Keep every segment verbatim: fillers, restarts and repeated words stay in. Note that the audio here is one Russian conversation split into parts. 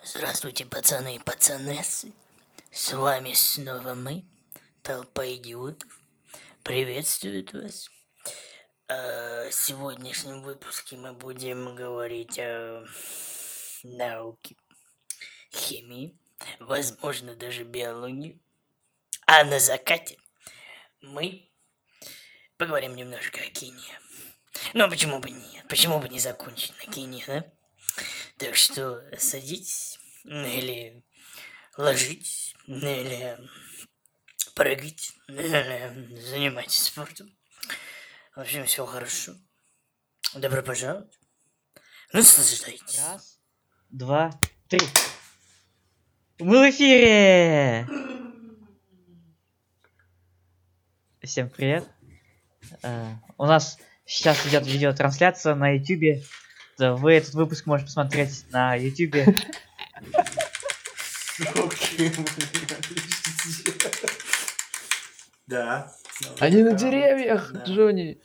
Здравствуйте, пацаны и пацанессы. С вами снова мы, толпа идиотов. Приветствует вас. В сегодняшнем выпуске мы будем говорить о науке, химии, возможно, даже биологии. А на закате мы поговорим немножко о кине. Ну, почему бы нет? Почему бы не закончить на кине, да? Так что садитесь, или ложитесь, или прыгайте, или занимайтесь спортом. В общем, все хорошо. Добро пожаловать. Наслаждайтесь. Раз, два, три. Мы в эфире! Всем привет. Uh, у нас сейчас идет видеотрансляция на ютубе. Вы этот выпуск можете посмотреть на ютубе. Да. Они на деревьях, да. Джонни.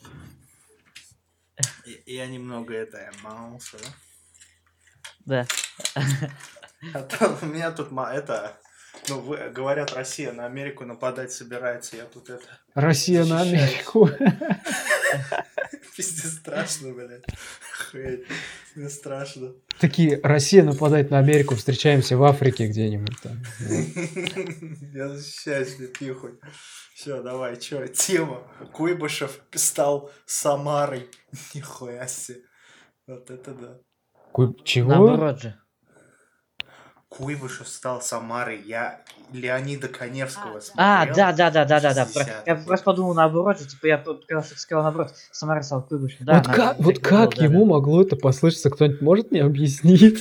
Я немного это манулся, да? Да. А то у меня тут это, ну, вы, говорят, Россия на Америку нападать собирается, я тут это... Россия на Америку. Пиздец, страшно, блядь. Мне страшно. Такие, Россия нападает на Америку, встречаемся в Африке где-нибудь там. Я защищаюсь, мне пихуй. Все, давай, чё, тема. Куйбышев стал Самарой. Нихуя себе. Вот это да. Куй... Чего? Наоборот же. Куйбышев стал Самарой. Я Леонида Каневского смотрел. А, да, да, да, да, да, да. Я просто подумал наоборот, типа я сказал наоборот, Самара стал Куйбышев. Да, вот как, вот как было, ему да, могло это послышаться? Кто-нибудь может мне объяснить?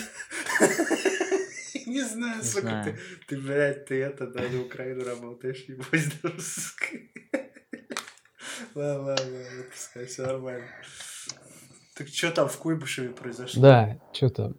Не знаю, сука, ты, ты, блядь, ты это, да, на Украину работаешь, ебать, на русской. Ладно, ладно, выпускай, все нормально. Так что там в Куйбышеве произошло? Да, что там?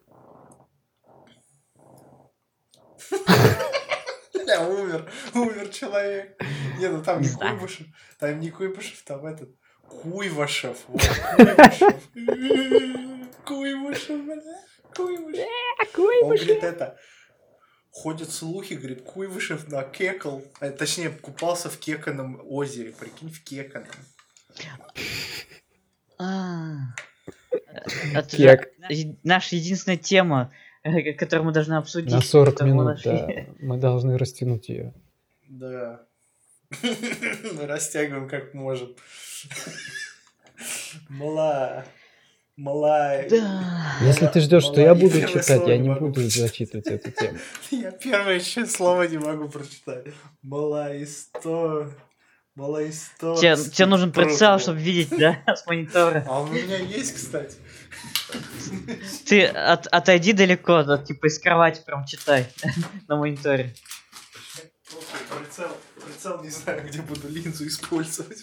Я умер, умер человек. Не, ну там не Куйбышев, там не Куйбышев, там этот, Куйвашев. Куйвашев. Куйвашев, бля, Куйвашев. Он говорит это... Ходят слухи, говорит, Куйвышев накекал, а, точнее, купался в Кеканом озере, прикинь, в Кеканом. Это наша единственная тема, которую мы должны обсудить. На сорок минут, да, мы должны растянуть ее. Да. Мы растягиваем как можем. Мала... Малай. Да. Если ты ждешь, что я буду читать, я не буду зачитывать эту тему. Я первое еще слово не могу прочитать. Малаисто. Малаисто. Тебе, тебе нужен прицел, чтобы видеть, да, с монитора. А у меня есть, кстати. Ты от, отойди далеко, да, типа из кровати прям читай на мониторе. Прицел, прицел, не знаю, где буду линзу использовать.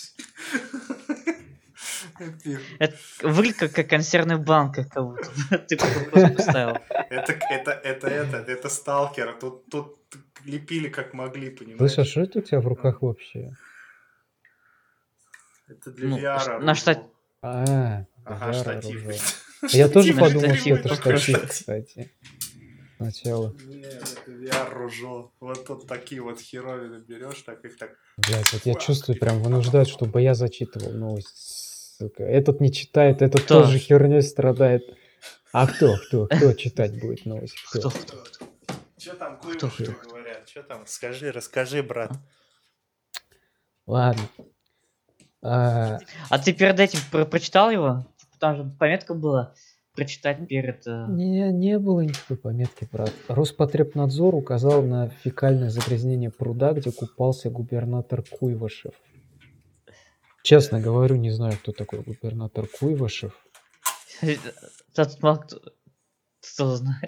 Это выглядит как, как консервная банка, как будто ты просто поставил. Это, это, это, это, это сталкер. Тут, тут лепили как могли, понимаешь? Слышь, а что это у тебя в руках вообще? Это для ви ар. На штат... А, ага, штатив. Я тоже подумал, что это штатив, кстати. Сначала. Нет, это ви ар-ружо. Вот тут такие вот херовины берешь, так их так... Блять, вот я чувствую, прям вынуждают, чтобы я зачитывал новость. Сука. Этот не читает, этот кто? Тоже херней страдает. А кто, кто, кто читать будет новость? Кто, кто, кто? Что там Куйбышевы говорят? Что там? Скажи, расскажи, брат. Ладно. А, а ты перед этим про- прочитал его? Там же пометка была прочитать перед... Не, не было никакой пометки, брат. Роспотребнадзор указал на фекальное загрязнение пруда, где купался губернатор Куйвашев. Честно говорю, не знаю, кто такой губернатор Куйвашев. Тут мало кто, кто знает.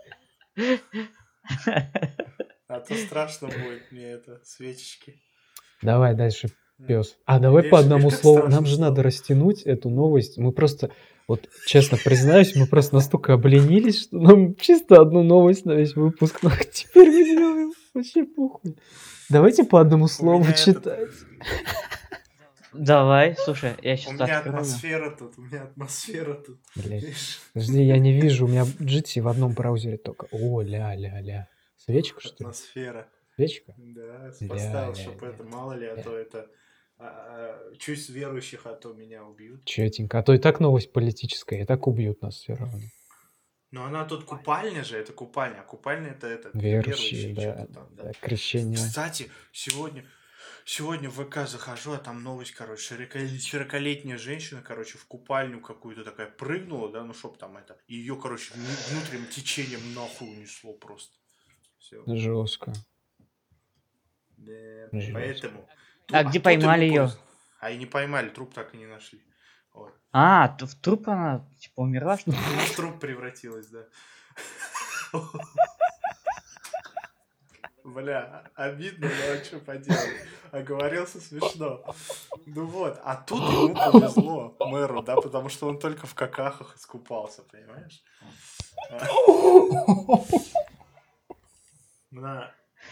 А то страшно будет мне это, свечечки. Давай дальше, пес. А давай по одному слову. Нам же надо растянуть эту новость. Мы просто, вот честно признаюсь, мы просто настолько обленились, что нам чисто одну новость на весь выпуск. Но теперь мы делаем вообще похуй. Давайте по одному слову читать. Давай, слушай, я У сейчас меня открою. атмосфера тут, у меня атмосфера тут. Блять. Видишь? Подожди, я не вижу, у меня Jitsi в одном браузере только. О, ля-ля-ля. Свечка, что ли? Атмосфера. Свечка? Да, поставил, чтобы Ля-ля-ля. это, мало ли, а ля. то это... а, а, чуть верующих, а то меня убьют. Четенько. А то и так новость политическая, и так убьют нас все равно. Но она тут купальня же, это купальня, а купальня это это Верующие, верующие, да, что-то там, да. да, крещение. Кстати, сегодня, сегодня в ВК захожу, а там новость, короче, широколетняя женщина, короче, в купальню какую-то такая прыгнула, да, ну чтоб там это, и ее, короче, вну- внутренним течением нахуй унесло просто. Все. Жестко. Да, Жестко. поэтому... А Ту- где тут поймали ему её? повезло. А и не поймали, труп так и не нашли. Вот. А, т- в труп она, типа, умерла, что ли? В труп превратилась, да. Бля, обидно, но а что поделать? Оговорился смешно. Ну вот, а тут ему повезло, мэру, да, потому что он только в какахах искупался, понимаешь? На.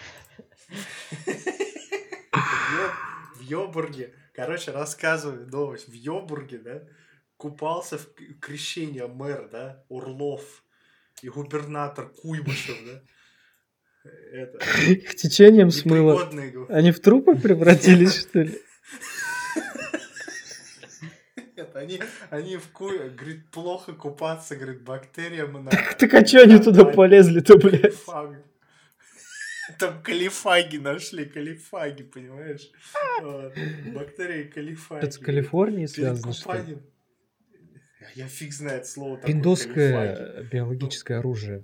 В Йобурге, короче, рассказываю новость. В Йобурге, да, купался в к- крещение мэр, да, Урлов и губернатор Куйбышев, да. Это, Их течением смыло. непригодные, говорю. Они в трупы превратились, что ли? Нет, они, они в куй, говорит, плохо купаться, говорит, бактериям надо. Так а чё они туда полезли-то, блядь? Калифаги. Там калифаги нашли, калифаги, понимаешь? Вот. Бактерии калифаги. Это с Калифорнией Перед связано, что ли? купанием. Я фиг знает слово такое, калифаги. Пиндосское биологическое оружие.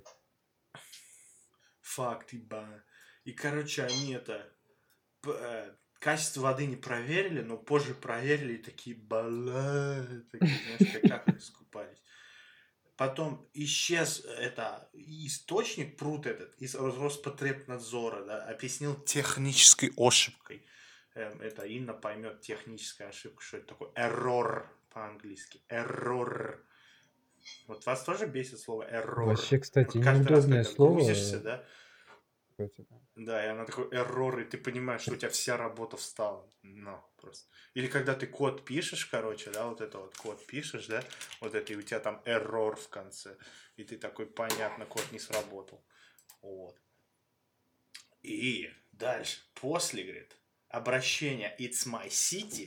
Факт, ебано. И, короче, они это... п- э, качество воды не проверили, но позже проверили и такие, бля, такие, знаешь, как, как искупались. Потом исчез это источник, пруд этот, из Роспотребнадзора, да, объяснил технической ошибкой. Эм, это Инна поймет техническая ошибка, что это такое. Error по-английски. Error. Вот вас тоже бесит слово error? Вообще, кстати, Вот каждый раз, неудобное когда слово. грузишься, да, Кстати, да. да, и она такой error, и ты понимаешь, что у тебя вся работа встала. No, просто. Или когда ты код пишешь, короче, да, вот это вот код пишешь, да, вот это, и у тебя там error в конце. И ты такой, понятно, код не сработал. Вот. И дальше, после, говорит, обращения It's My City,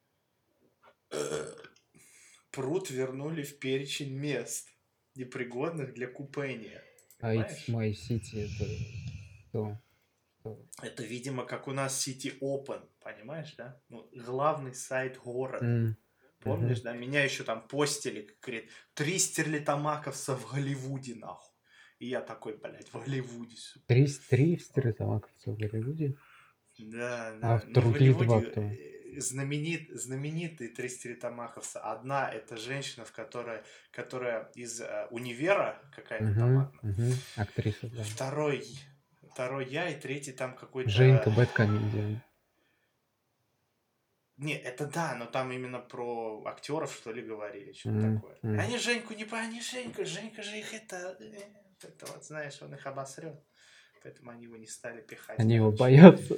э, пруд вернули в перечень мест, непригодных для купания. А Понимаешь? It's My City это что? Что? Это, видимо, как у нас City Open, понимаешь, да? Ну, главный сайт города. М, Помнишь, мгм. да? Меня еще там постили, как говорит, три стерлитамаковца в Голливуде, нахуй. И я такой, блядь, в Голливуде. сука. Три, три стерлитамаковца в Голливуде. Да, А да. в Ну, в другие два Голливуде кто? э, знаменит, знаменитые три стерлитамаковца. Одна это женщина, в которой, которая из э, универа какая-то там Мгм, одна. мгм. Актриса, да. Второй, второй я, и третий там какой-то... Женька Бэткомедиан. Не, это да, но там именно про актеров, что ли, говорили, что-то М, такое. м. Они Женьку не по... Они Женьку, Женька же их это... э, Это вот, знаешь, он их обосрет. Поэтому они его не стали пихать. Они его короче. боятся.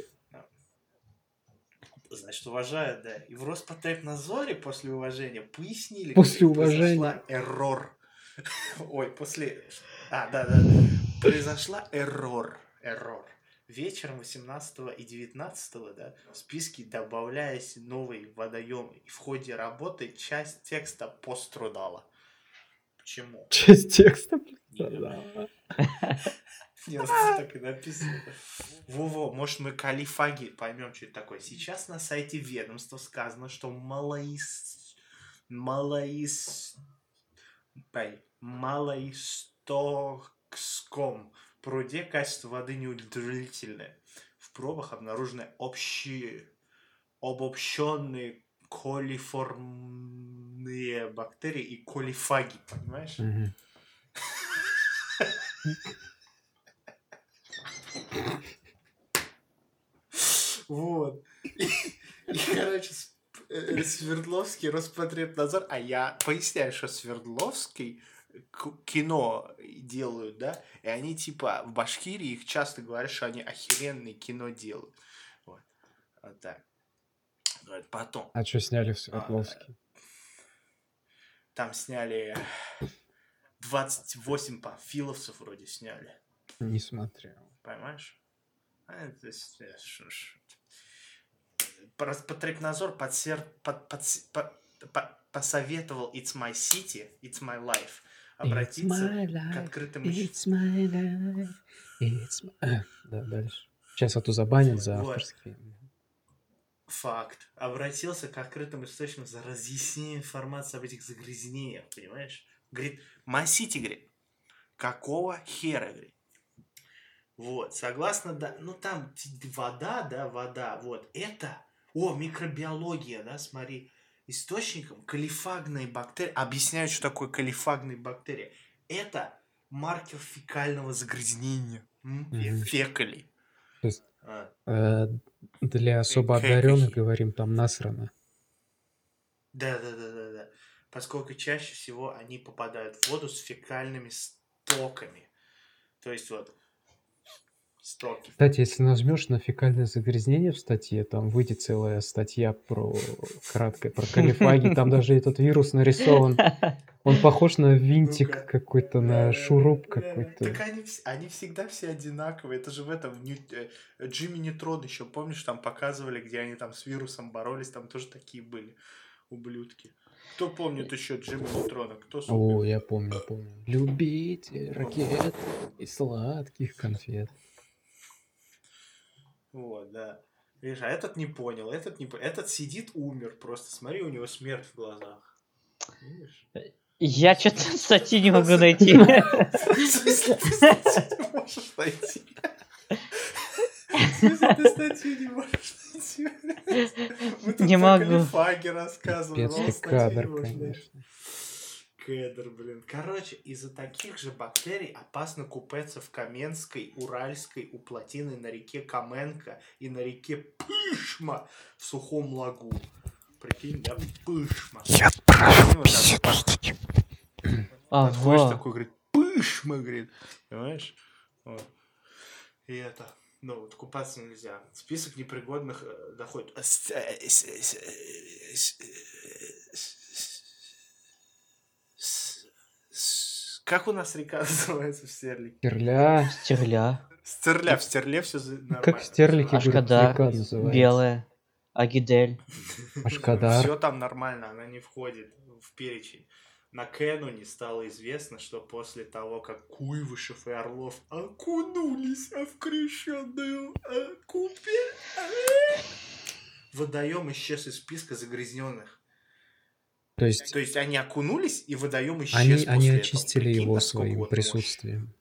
Значит, уважают, да. И в Роспотребнадзоре после уважения пояснили, После как произошла уважения. эррор. Ой, после... А, да, да. Произошла эррор. Эррор. Вечером восемнадцатого и девятнадцатого, да, в списке добавляясь новые водоемы. И в ходе работы часть текста пострадала. Почему? Часть текста. Не Да. Нет, так и написано. Во-во, может мы калифаги поймем, что это такое. Сейчас на сайте ведомства сказано, что малоис... Малоис... Ай, Малоистокском пруде качество воды неудовлетворительное. В пробах обнаружены общие, обобщенные колиформные бактерии и колифаги, понимаешь? Мгм. Вот. И, и, короче, с- э, Свердловский Роспотребнадзор, а я поясняю, что Свердловский к- кино делают, да, и они типа в Башкирии их часто говорят, что они охеренные кино делают. Вот, вот так. Но это потом. А что сняли в Свердловске? Там сняли двадцать восемь панфиловцев вроде сняли. Не смотрел. Понимаешь? А это, э, ш- ш- По, по Трекнадзор подсер, под, под, по- по- посоветовал It's My City, It's My Life обратиться It's my к life, открытым иш- it's my life, it's my... А, да, дальше. Сейчас эту забанят за Вот. авторские. Факт. Обратился к открытым источникам за разъяснение информации об этих загрязнениях, понимаешь? Говорит, My City, говорит, какого хера, говорит. Вот, согласно, да, ну там т- вода, да, вода, вот, это, о, микробиология, да, смотри, источником калифагной бактерии, объясняют, что такое калифагные бактерии, это маркер фекального загрязнения, м, фе- Мгм. фекалий. То есть А, э, для особо Какие? одаренных говорим там насрано. Да, да, да, да, да. Поскольку чаще всего они попадают в воду с фекальными стоками. То есть вот стоки. Кстати, если нажмешь на фекальное загрязнение в статье, там выйдет целая статья про краткая про калифаги. Там даже этот вирус нарисован. Он похож на винтик Ну-ка. какой-то, Да, на да, шуруп да, да. какой-то. Так они, вс- они всегда все одинаковые. Это же в этом в Нью- э, Джимми Нейтрон еще, помнишь, там показывали, где они там с вирусом боролись, там тоже такие были ублюдки. Кто помнит еще Джимми Нейтрона? Кто О, супер? я помню, помню. Любите ракет и сладких конфет. Вот, да. Видишь, а этот не понял, этот не понял. Этот сидит, умер просто. Смотри, у него смерть в глазах. Видишь? Я что-то статью не могу найти. Если ты статью не можешь найти. Если ты статью не можешь найти. Мы тут Не про могу. калифаги рассказываем. Капец а он ты статью не кадр, может найти. конечно. Кедр, блин. Короче, из-за таких же бактерий опасно купаться в Каменской, Уральской, у плотины на реке Каменка и на реке Пышма в Сухом Лагу. Прикинь, да? Пышма. Я прошу А, Подходишь во. такой, говорит, Пышма, говорит. Понимаешь? Вот. И это... Ну, вот купаться нельзя. Список непригодных э, доходит. С- э, с- с- с- с- с- с- Как у нас река называется в Стерлике? Стерля. Стерля. Стерля. В Стерле все нормально. Как в Стерлике, Всё говорят, Ашкадар. река называется. Белая. Агидель. Ашкадар. Все там нормально, она не входит в перечень. На Кэнуне стало известно, что после того, как Куйвышев и Орлов окунулись в крещенную э, купель, э, водоем исчез из списка загрязненных. То есть То есть они окунулись, и водоем исчез они, после они этого. очистили Прикинь, его насколько своим вот присутствием. мощь.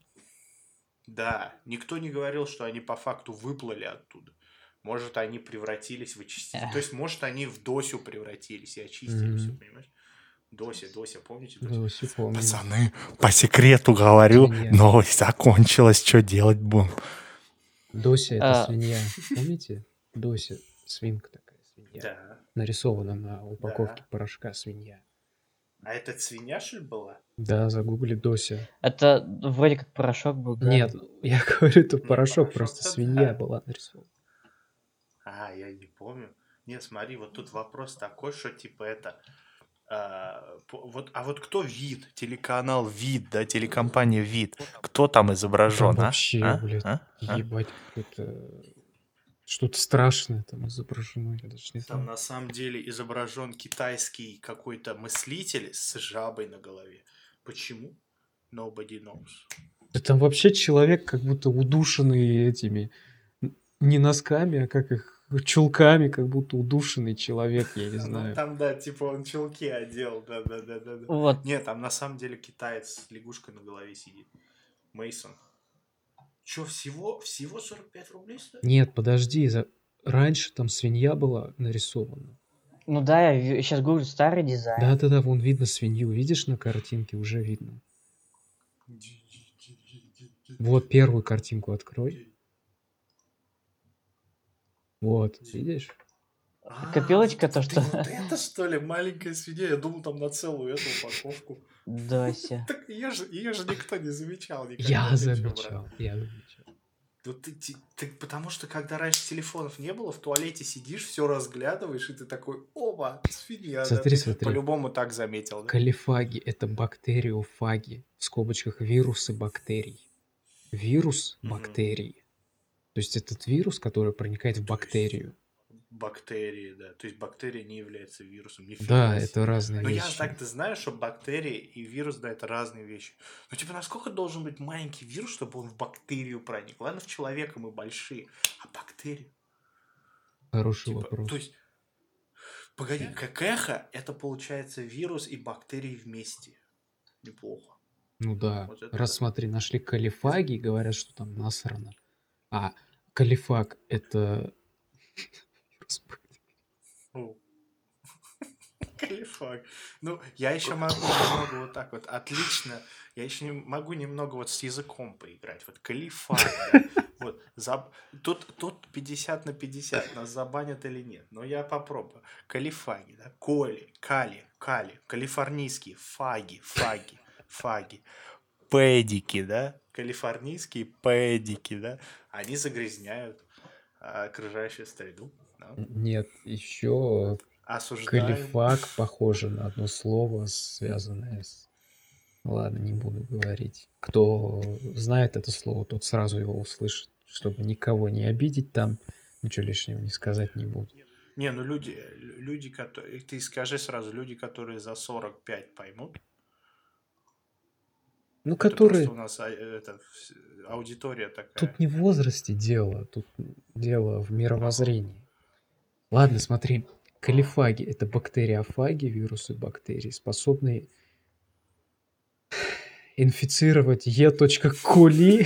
Да, никто не говорил, что они по факту выплыли оттуда. Может, они превратились в очиститель. Эх. То есть, может, они в Досю превратились и очистили Мгм. все, понимаешь? Дося, Дося, помните? Досю? Да, все помню. Пацаны, по секрету говорю, Свинья. новость закончилась, что делать будем? Дося это А. свинья. Помните? Дося, свинка такая свинья. Да. Нарисована на упаковке Да. порошка свинья. А это свинья, что ли, была? Да, загугли Дося. Это вроде как порошок был. да? Нет, я говорю, это Не, порошок, порошок просто это свинья да. была нарисована. А, я не помню. Нет, смотри, вот тут вопрос такой, что типа это... а, по- вот, а вот кто ВИД? Телеканал ВИД, да, телекомпания ВИД. Кто там изображен, Там а? вообще, А? блядь, А? А? ебать, какое-то... Что-то страшное там изображено, я даже не Там знаю. на самом деле изображен китайский какой-то мыслитель с жабой на голове. Почему? Nobody knows. Да там вообще человек как будто удушенный этими... н- Не носками, а как их... Чулками, как будто удушенный человек, я не Ну, знаю. там, да, типа он чулки одел, да-да-да-да. Вот. Нет, там на самом деле китаец с лягушкой на голове сидит. Мейсон. Че, всего, всего сорок пять рублей стоит? Нет, подожди, за... раньше там свинья была нарисована. Ну да, я сейчас гуглю старый дизайн. Да-да-да, вон видно свинью, видишь на картинке, уже видно. Вот первую картинку открой. Вот, видишь? А, Копилочка вот то, это- что- Вот это что ли, маленькая свинья? Я думал там на целую эту упаковку. Дося. Так ее же, ее же никто не замечал никогда. Я Ты чё, брат? замечал, я замечал. Вот ты, ты- ты- потому что когда раньше телефонов не было, в туалете сидишь, все разглядываешь, и ты такой, опа, свинья, да? Смотри, Ты смотри. по-любому так заметил, да? Калифаги — это бактериофаги, в скобочках вирусы бактерий. Вирус Мгм. бактерии. То есть этот вирус, который проникает в То есть бактерию. бактерии, да. То есть бактерия не является вирусом, нифига Да, себе. это разные Но я вещи. так-то знаю, что бактерии и вирус, да, это разные вещи. Но типа, насколько должен быть маленький вирус, чтобы он в бактерию проник? Ладно, в человека мы большие, а бактерии? Хороший Типа, вопрос. то есть, погоди, как эхо, это получается вирус и бактерии вместе. Неплохо. Ну да, Вот это раз да. смотри, нашли калифаги и говорят, что там насрано. А калифаг — это вирус бактерий. О. Калифак. Ну, я еще могу немного вот так вот, отлично, я еще не могу немного вот с языком поиграть. Вот калифак, да. Вот, заб... тут, тут пятьдесят на пятьдесят, нас забанят или нет, но я попробую. Калифаги, да, коли, кали, кали, калифорнийские, фаги, фаги, фаги, педики, да, калифорнийские педики, да, они загрязняют а, окружающую среду, да. Нет, еще Осуждаем. калифак похоже на одно слово, связанное с... Ладно, не буду говорить. Кто знает это слово, тот сразу его услышит. Чтобы никого не обидеть там, ничего лишнего не сказать не буду. Не, ну люди, люди, которые... Ты скажи сразу, люди, которые за сорок пять поймут. Ну, Это которые... просто у нас а, это, вс- аудитория такая. Тут не в возрасте дело, тут дело в мировоззрении. Ладно, смотри. Калифаги — это бактериофаги, вирусы бактерий, способные инфицировать Е. коли.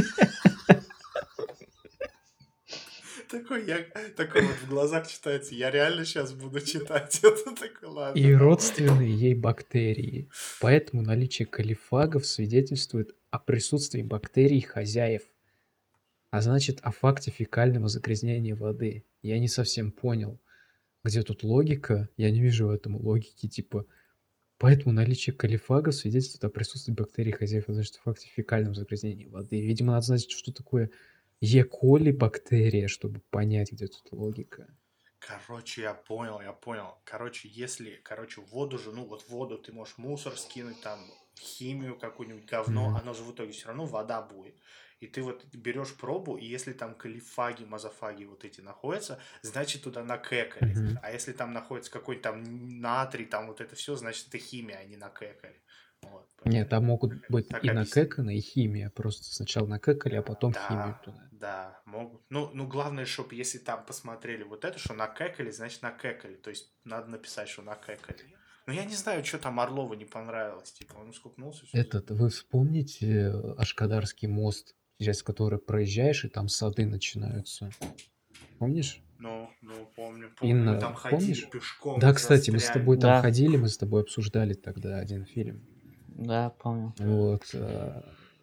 Такой, я, такой вот в глазах читается. Я реально сейчас буду читать. Это такой, ладно. И давай. родственные ей бактерии. Поэтому наличие калифагов свидетельствует о присутствии бактерий хозяев. А значит, о факте фекального загрязнения воды. Я не совсем понял, где тут логика. Я не вижу в этом логики, типа... Поэтому наличие калифагов свидетельствует о присутствии бактерий хозяев, а значит, о факте фекального загрязнения воды. Видимо, надо знать, что такое Е. коли бактерия, чтобы понять, где тут логика. Короче, я понял, я понял. Короче, если, короче, в воду же, ну вот в воду ты можешь мусор скинуть, там, химию какую-нибудь, говно, Мгм. оно же в итоге все равно вода будет. И ты вот берешь пробу, и если там калифаги, мазофаги вот эти находятся, значит туда накэкали. Мгм. А если там находится какой-то там натрий, там вот это все, значит это химия, а не накэкали. Вот, Нет, понимаешь? там могут быть Так и объясни. накэкано, и химия. Просто сначала накэкали, а потом химию Да, туда. да, могут. Ну, ну, главное, чтобы если там посмотрели вот это, что накэкали, значит накэкали. То есть надо написать, что накэкали. Но я не знаю, что там Орлову не понравилось. Типа, он скупнулся. всё. Этот, вы вспомните Ашкадарский мост, через который проезжаешь, и там сады начинаются. Помнишь? Ну, ну, помню, помню. Мы Инна, там ходили помнишь? пешком. Да, кстати, мы с застряли. тобой там Да. ходили, мы с тобой обсуждали тогда один фильм. Да, помню. Вот. а,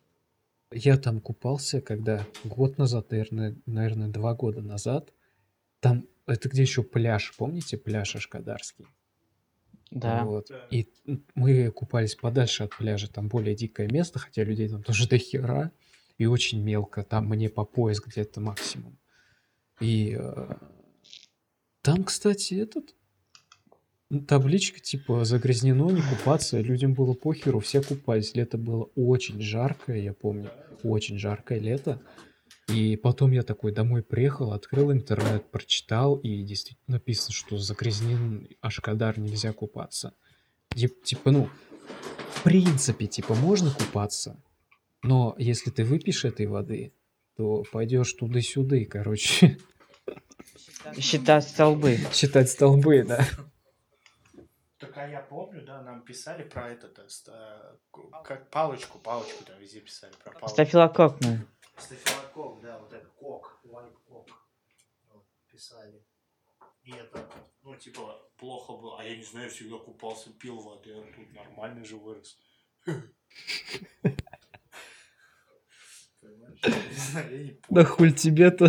Я там купался, когда год назад, наверное, наверное, два года назад. Там, это где еще пляж, помните, пляж Ашкадарский? Да. Вот. Да. И м, мы купались подальше от пляжа, там более дикое место, хотя людей там тоже до хера, и очень мелко, там мне по пояс где-то максимум. И э, там, кстати, этот м, табличка типа загрязнено, не купаться, людям было похеру, все купались. Лето было очень жаркое, я помню, очень жаркое лето. И потом я такой домой приехал, открыл интернет, прочитал, и действительно написано, что загрязнен Ашкадар, нельзя купаться. Тип- Типа, ну, в принципе, типа, можно купаться, но если ты выпьешь этой воды, то пойдешь туда-сюда, короче, Считать столбы. считать столбы, да. Так а я помню, да, нам писали про этот, э, ст- э, ку- как палочку, палочку там везде писали про палочку. Стафилококк. Стафилококк, да, вот этот кок, white кок. Вот, писали. И это, ну, типа, плохо было. А я не знаю, всегда купался, пил воды, а тут нормальный же вырос. Понимаешь? Я не знаю, я не Да понял. хуль тебе-то.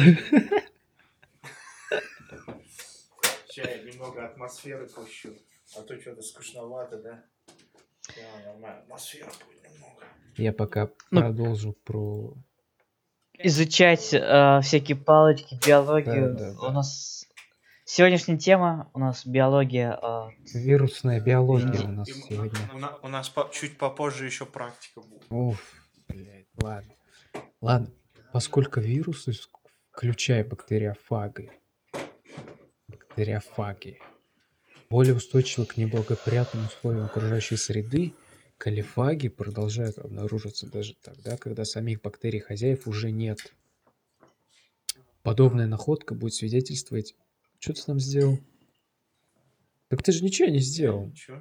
Сейчас я немного атмосферы пущу. А то что-то скучновато, да? Да, нормально. Атмосфера будет немного. Я пока Ну. продолжу про изучать э, всякие палочки, биологию. Да, да, У да. нас сегодняшняя тема у нас биология. э, Вирусная биология Инди- у нас И м- сегодня. У, на- у нас по- чуть попозже еще практика будет. Уф, блядь, ладно. Ладно, поскольку вирусы, ск- включая бактериофаги, бактериофаги, более устойчивы к неблагоприятным условиям окружающей среды, калифаги продолжают обнаруживаться даже тогда, когда самих бактерий-хозяев уже нет. Подобная находка будет свидетельствовать... Что ты там сделал? Так ты же ничего не сделал. Ничего.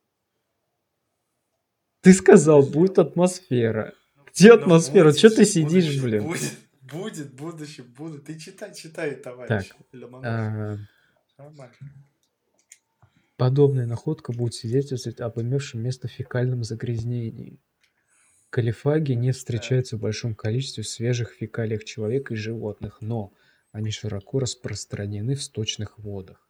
Ты сказал, будет атмосфера. Где Ну, атмосфера? будет, Что ты в сидишь, будущем блин? Будет, будет, в будущем будет. Ты читай, читай, Так, товарищ. Ломоносов. а, Нормально. подобная находка будет свидетельствовать об имевшем место фекальном загрязнении. Калифаги не встречаются в большом количестве в свежих фекалиях человека и животных, но они широко распространены в сточных водах.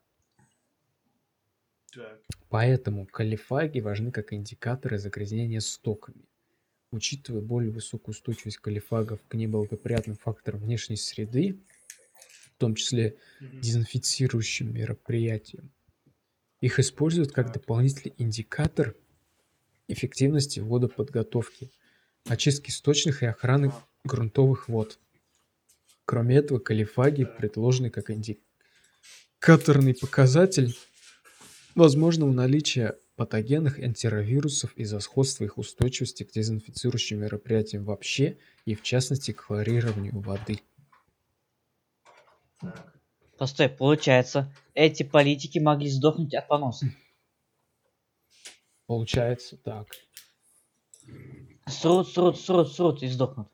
Так. Поэтому калифаги важны как индикаторы загрязнения стоками. Учитывая более высокую устойчивость калифагов к неблагоприятным факторам внешней среды, в том числе Мгм. дезинфицирующим мероприятиям, их используют как Так. дополнительный индикатор эффективности водоподготовки, очистки сточных и охраны Ага. грунтовых вод. Кроме этого, калифаги Так. предложены как индикаторный показатель возможного наличия патогенных антиравирусов из-за сходства их устойчивости к дезинфицирующим мероприятиям вообще и в частности к хлорированию воды. Так. Постой, получается, эти политики могли сдохнуть от поноса. Получается так. Срут, срут, срут, срут и сдохнут.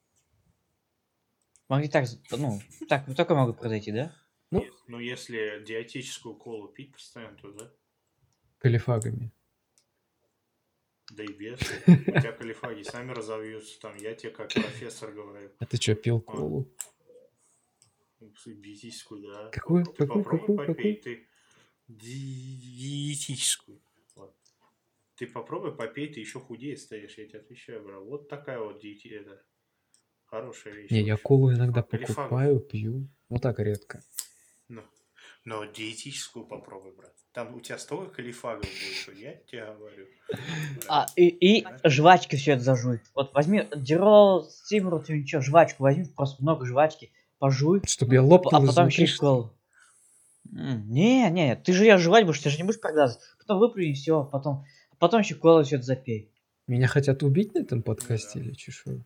Могли так, з- ну, так, такое могут произойти, да? Ну, Ну, если диетическую колу пить постоянно, то да. калифагами. Да и без. У тебя калифаги сами разовьются. Там, я тебе как профессор говорю. А ты что, пил колу? Диетическую, да. Какую? Ты Какую? попробуй Какую? попей. Ты диетическую. Вот. Ты попробуй попей, ты еще худее стоишь, я тебе отвечаю, бро. Вот такая вот диете, это хорошая вещь. Не, в я общем. колу иногда Калифагов. покупаю, пью. Ну так редко. Ну, но диетическую попробуй, брат. Там у тебя столько калифагов будет, что я тебе говорю. А, и, и жвачки все это зажуй. Вот возьми Дирол, Стимру, ты ничего, жвачку возьми, просто много жвачки, пожуй, Чтобы я п- а лопнул потом изнутри, еще что ли? колу. М, Не, не, ты же ее жевать будешь, ты же не будешь проглазывать. Потом выплюнь и все, потом, потом еще колу все это запей. Меня хотят убить на этом подкасте или чешу?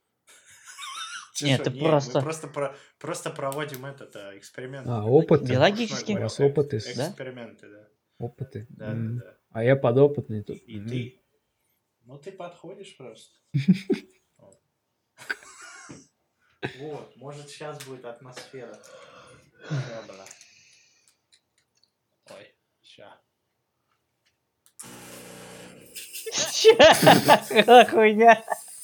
Нет, Чё, ты не, просто- Мы просто, про, просто проводим этот а, эксперимент. А, опыты? Биологически. У вас опыты, с- Да? Эксперименты, да. Опыты. Да, М. да, да. А я подопытный тут. И М. ты. Ну, ты подходишь просто. Вот. Вот, может, сейчас будет атмосфера. Всё, брат. Ой, ща. Че за хуйня?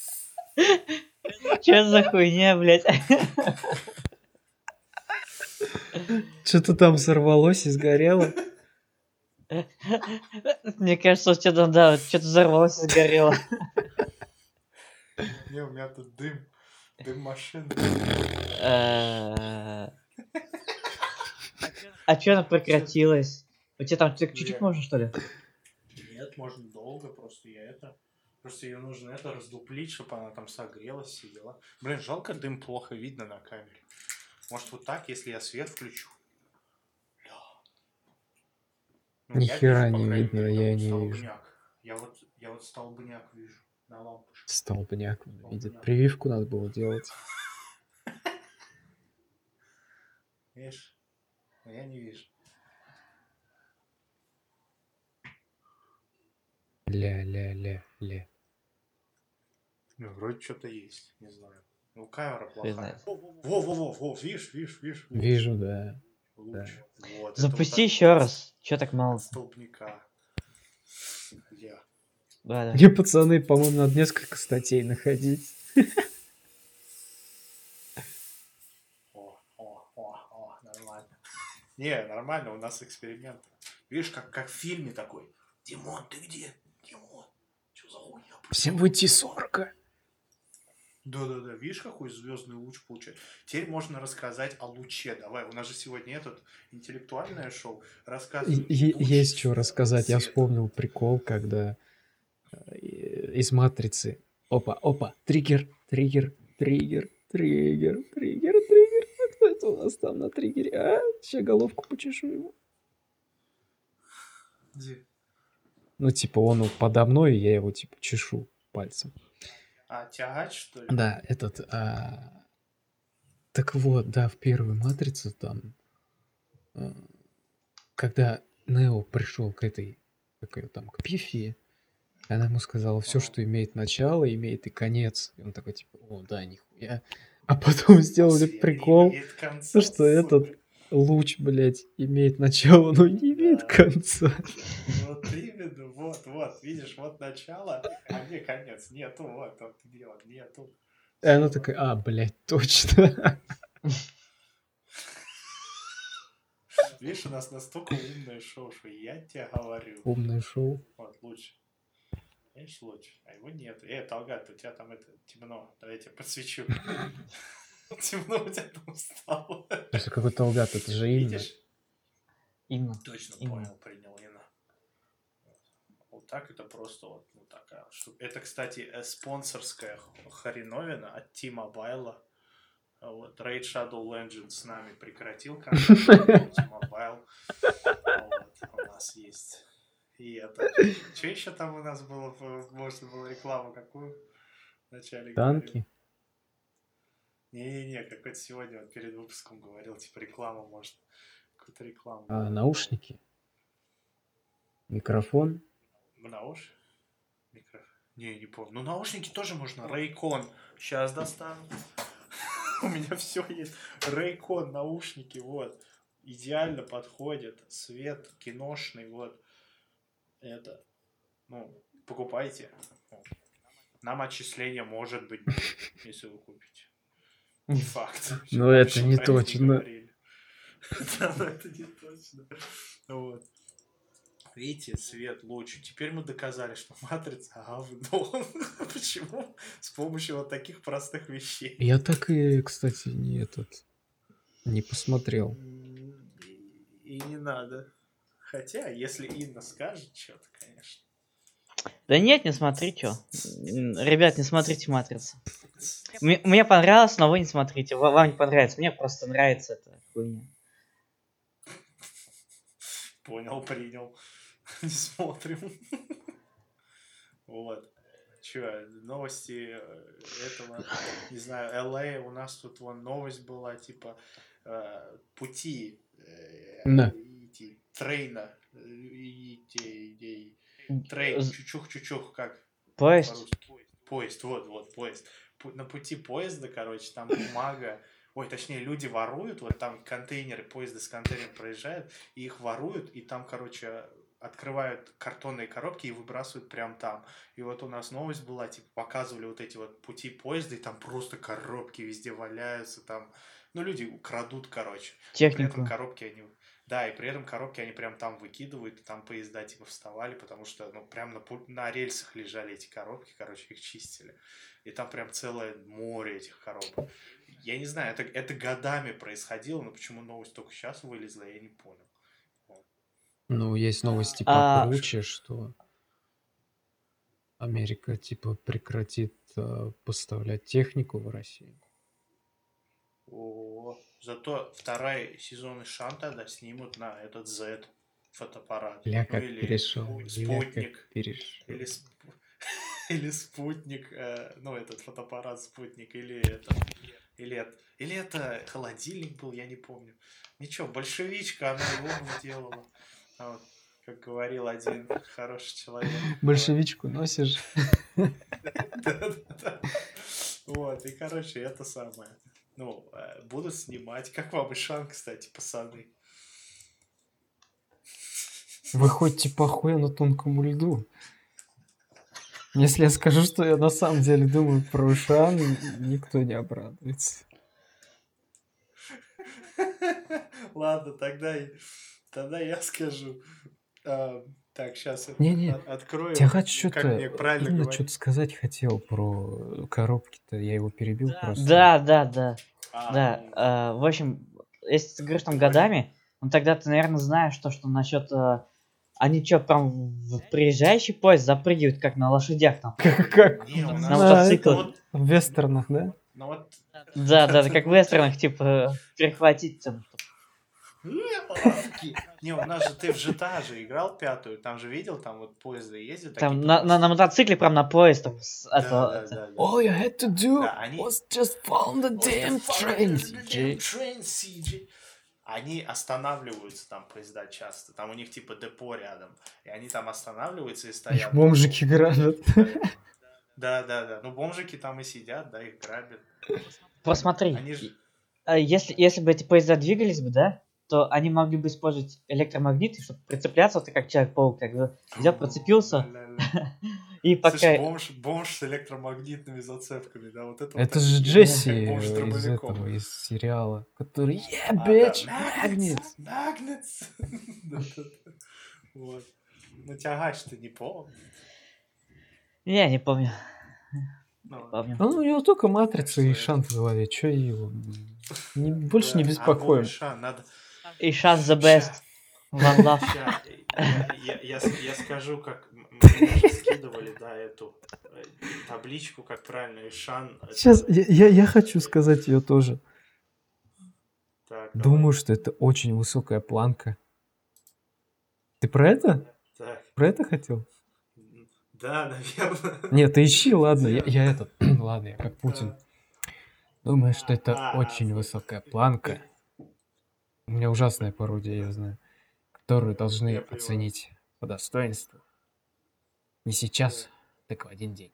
Че за хуйня, блядь? Что-то там сорвалось и сгорело. Мне кажется, у тебя там, да, что-то взорвалось и сгорело. Не, у меня тут дым. Дым машины. Э, А че она прекратилась? У тебя там чуть- чуть-чуть можно, что ли? Нет, можно долго, просто я это... Просто ее нужно это раздуплить, чтобы она там согрелась, сидела. Блин, жалко, дым плохо видно на камере. Может, вот так, если я свет включу? Ля. Ну, Ни я хера вижу, по не крайней видно, мере, я там не вижу. столбняк. Я вот, я вот столбняк вижу на лампушке. Столбняк он видит. Столбняк. Прививку надо было делать. Видишь? Но я не вижу. Ля-ля-ля-ля. Ну, вроде что-то есть, не знаю. Ну, камера Хуй плохая. знает. Во-во-во, видишь, видишь, видишь. луч. Вижу, да. Луч. да. Вот, это Запусти вот так еще вот раз. Че так мало? От столбняка. Я. Да, да. Мне, пацаны, по-моему, надо несколько статей находить. О, о, о, о, нормально. Не, нормально, у нас эксперимент. Видишь, как, как в фильме такой. Димон, ты где? Димон, что за хуйня? Всем выйти сорок. Да-да-да, видишь, какой звездный луч получается? Теперь можно рассказать о луче. Давай, у нас же сегодня этот интеллектуальное шоу. Рассказывай. Е- Луч Есть что э, рассказать. Я света. вспомнил прикол, когда э, из «Матрицы». Опа, опа, триггер, триггер, триггер, триггер, триггер, триггер. А кто это у нас там на триггере? А? Сейчас головку почешу ему. Где? Ну, типа, он подо мной, и я его, типа, чешу пальцем. А, тягач, что ли? Да, этот... а, Так вот, да, в первой «Матрице» там... а, Когда Нео пришел к этой... Как ее там, к Пифи, она ему сказала, все, Ага. что имеет начало, имеет и конец. И он такой, типа, о, да, нихуя. А потом сделали Свет прикол, имеет конца, что этот сука. луч, блядь, имеет начало, но не имеет Да. конца. Вот именно, вот, вот, видишь, вот начало, а где конец? Нету, вот, вот где он, нету. И она Всё. такая, а, блядь, точно. Видишь, у нас настолько умное шоу, что я тебе говорю. Умное шоу. Вот, лучше. Видишь, лучше. А его нет. Эй, Талгат, у тебя там это темно. Давай я тебе подсвечу. Темно у тебя там стало. Слушай, какой Талгат, это же Инна. Видишь? Инна. Точно Инна. понял, принял Инна. Вот так это просто вот ну, такая вот штука. Это, кстати, э, спонсорская х- хреновина от T-Mobile. А Вот, Raid Shadow Legends с нами прекратил контракт, T-Mobile. Вот, у нас есть. И это... Что еще там у нас было? в- Можно было рекламу какую? Вначале говорил. Танки. Не-не-не, какой-то сегодня вот перед выпуском говорил, типа рекламу можно. Какую-то рекламу. А, наушники. Микрофон. Науш? Микро... Не, не помню. Ну, наушники тоже можно. Raycon. Сейчас достану. У меня все есть. Raycon наушники, вот. Идеально подходит. Свет киношный, вот. Это. Ну, покупайте. Нам отчисление может быть, если вы купите. Не факт. Ну, Мы это вообще не про это точно. говорили. Да, но это не точно. Вот. Видите, свет, луч. Теперь мы доказали, что матрица говно. Почему? С помощью вот таких простых вещей. Я так и, кстати, не этот... Не посмотрел. М, И, и не надо. Хотя, если Инна скажет что-то, конечно. Да нет, не смотри, чё. М, Ребят, не смотрите «Матрицу». Мне, мне понравилось, но вы не смотрите. Ва- Вам не понравится. Мне просто нравится эта хуйня. Понял, принял. Не смотрим. Вот. Че, новости э, этого, не знаю, Л А, у нас тут вон новость была, типа, э, пути э, Да. эти, трейна, э, и те- и- трейн, З- чучух-чучух, как Поезд. по-русски? Поезд, вот, вот, поезд. Пу- На пути поезда, короче, там бумага, ой, точнее, люди воруют, вот там контейнеры, поезды с контейнером проезжают, и их воруют, и там, короче, открывают картонные коробки и выбрасывают прям там. И вот у нас новость была, типа, показывали вот эти вот пути поезда, и там просто коробки везде валяются, там, ну, люди крадут, короче. При этом Технику. коробки они... Да, и при этом коробки они прям там выкидывают, и там поезда типа вставали, потому что, ну, прям на, пу- на рельсах лежали эти коробки, короче, их чистили. И там прям целое море этих коробок. Я не знаю, это, это годами происходило, но почему новость только сейчас вылезла, я не понял. Вот. Ну, есть новости А, покруче, что Америка, типа, прекратит э, поставлять технику в Россию. О, зато второй сезон из Шанта, да, снимут на этот Z фотоаппарат. Ля Ну как или перешел, ля спутник. как перешел. Или, сп- или спутник, э, ну, этот фотоаппарат спутник, или это, или это, или это холодильник был, я не помню. Ничего, большевичка, она его сделала. А вот, как говорил один хороший человек. Большевичку носишь? Да-да-да. Вот, и, короче, это самое. Ну, э, буду снимать. Как вам Ишан, кстати, пацаны? Вы ходите по охуенно тонкому льду. Если я скажу, что я на самом деле думаю про Ушан, никто не обрадуется. Ладно, тогда, и- тогда я скажу. А, Так, сейчас Не-не, открою. Тягать Как что-то, мне правильно именно говорить? что-то сказать хотел про коробки-то, я его перебил просто. Да, да, да. А, Да, ну, э, в общем, если ты говоришь там Говори. годами, ну тогда ты, наверное, знаешь то, что насчет... э, они что, прям в приезжающий поезд запрыгивают, как на лошадях там? Как Не, у На нас... на мотоциклах. Вот, в вестернах, да? ну вот... Да, да, да, как в вестернах, типа, перехватить там. Не, у нас же ты в джи ти эй же играл пятую, там же видел, там вот поезды ездят. Там такие на, на, просто. на мотоцикле прям на поезд там. с Да, этого- да, это. да, да. All you had to do Да, они- was just follow the damn train, си Damn джей. train, си джей. Они останавливаются, там поезда часто, там у них типа депо рядом, и они там останавливаются и Их стоят. бомжики грабят. Да, да, да. Ну бомжики там и сидят, да, их грабят. Посмотри, Они же... а если, если бы эти поезда двигались бы, да, то они могли бы использовать электромагниты, чтобы прицепляться, вот как Человек-паук, как бы взял, процепился, и пока... Слушай, бомж, бомж с электромагнитными зацепками, да, вот это Это вот же офигенно, Джесси как бомж с из дробовиком. этого, из сериала, который А, Yeah, да, bitch, Magnets, magnets. Magnets. Да-да-да. Вот. Ну, тягач ты не помню. Я не помню, Ну, помню. Ну, у него только матрица и Так что шант в голове, чё его? Не- больше не да. беспокоим. А, Ша, надо... И шанс the best. One love. Ща, я, я, я, я скажу, как м- мне же скидывали, да, эту э, табличку, как правильно Ишан. это- Сейчас, я, я, я хочу сказать ее тоже. Так, Думаю, что это очень высокая планка. Ты про это? давай. Так, Про это хотел? да, наверное. Нет, ты ищи, ладно, я, я этот, ладно, я как Путин. Думаю, что это А, очень высокая планка. У меня ужасная пародия, я знаю, которую должны Я понимаю. оценить по достоинству. Не сейчас, так в один день.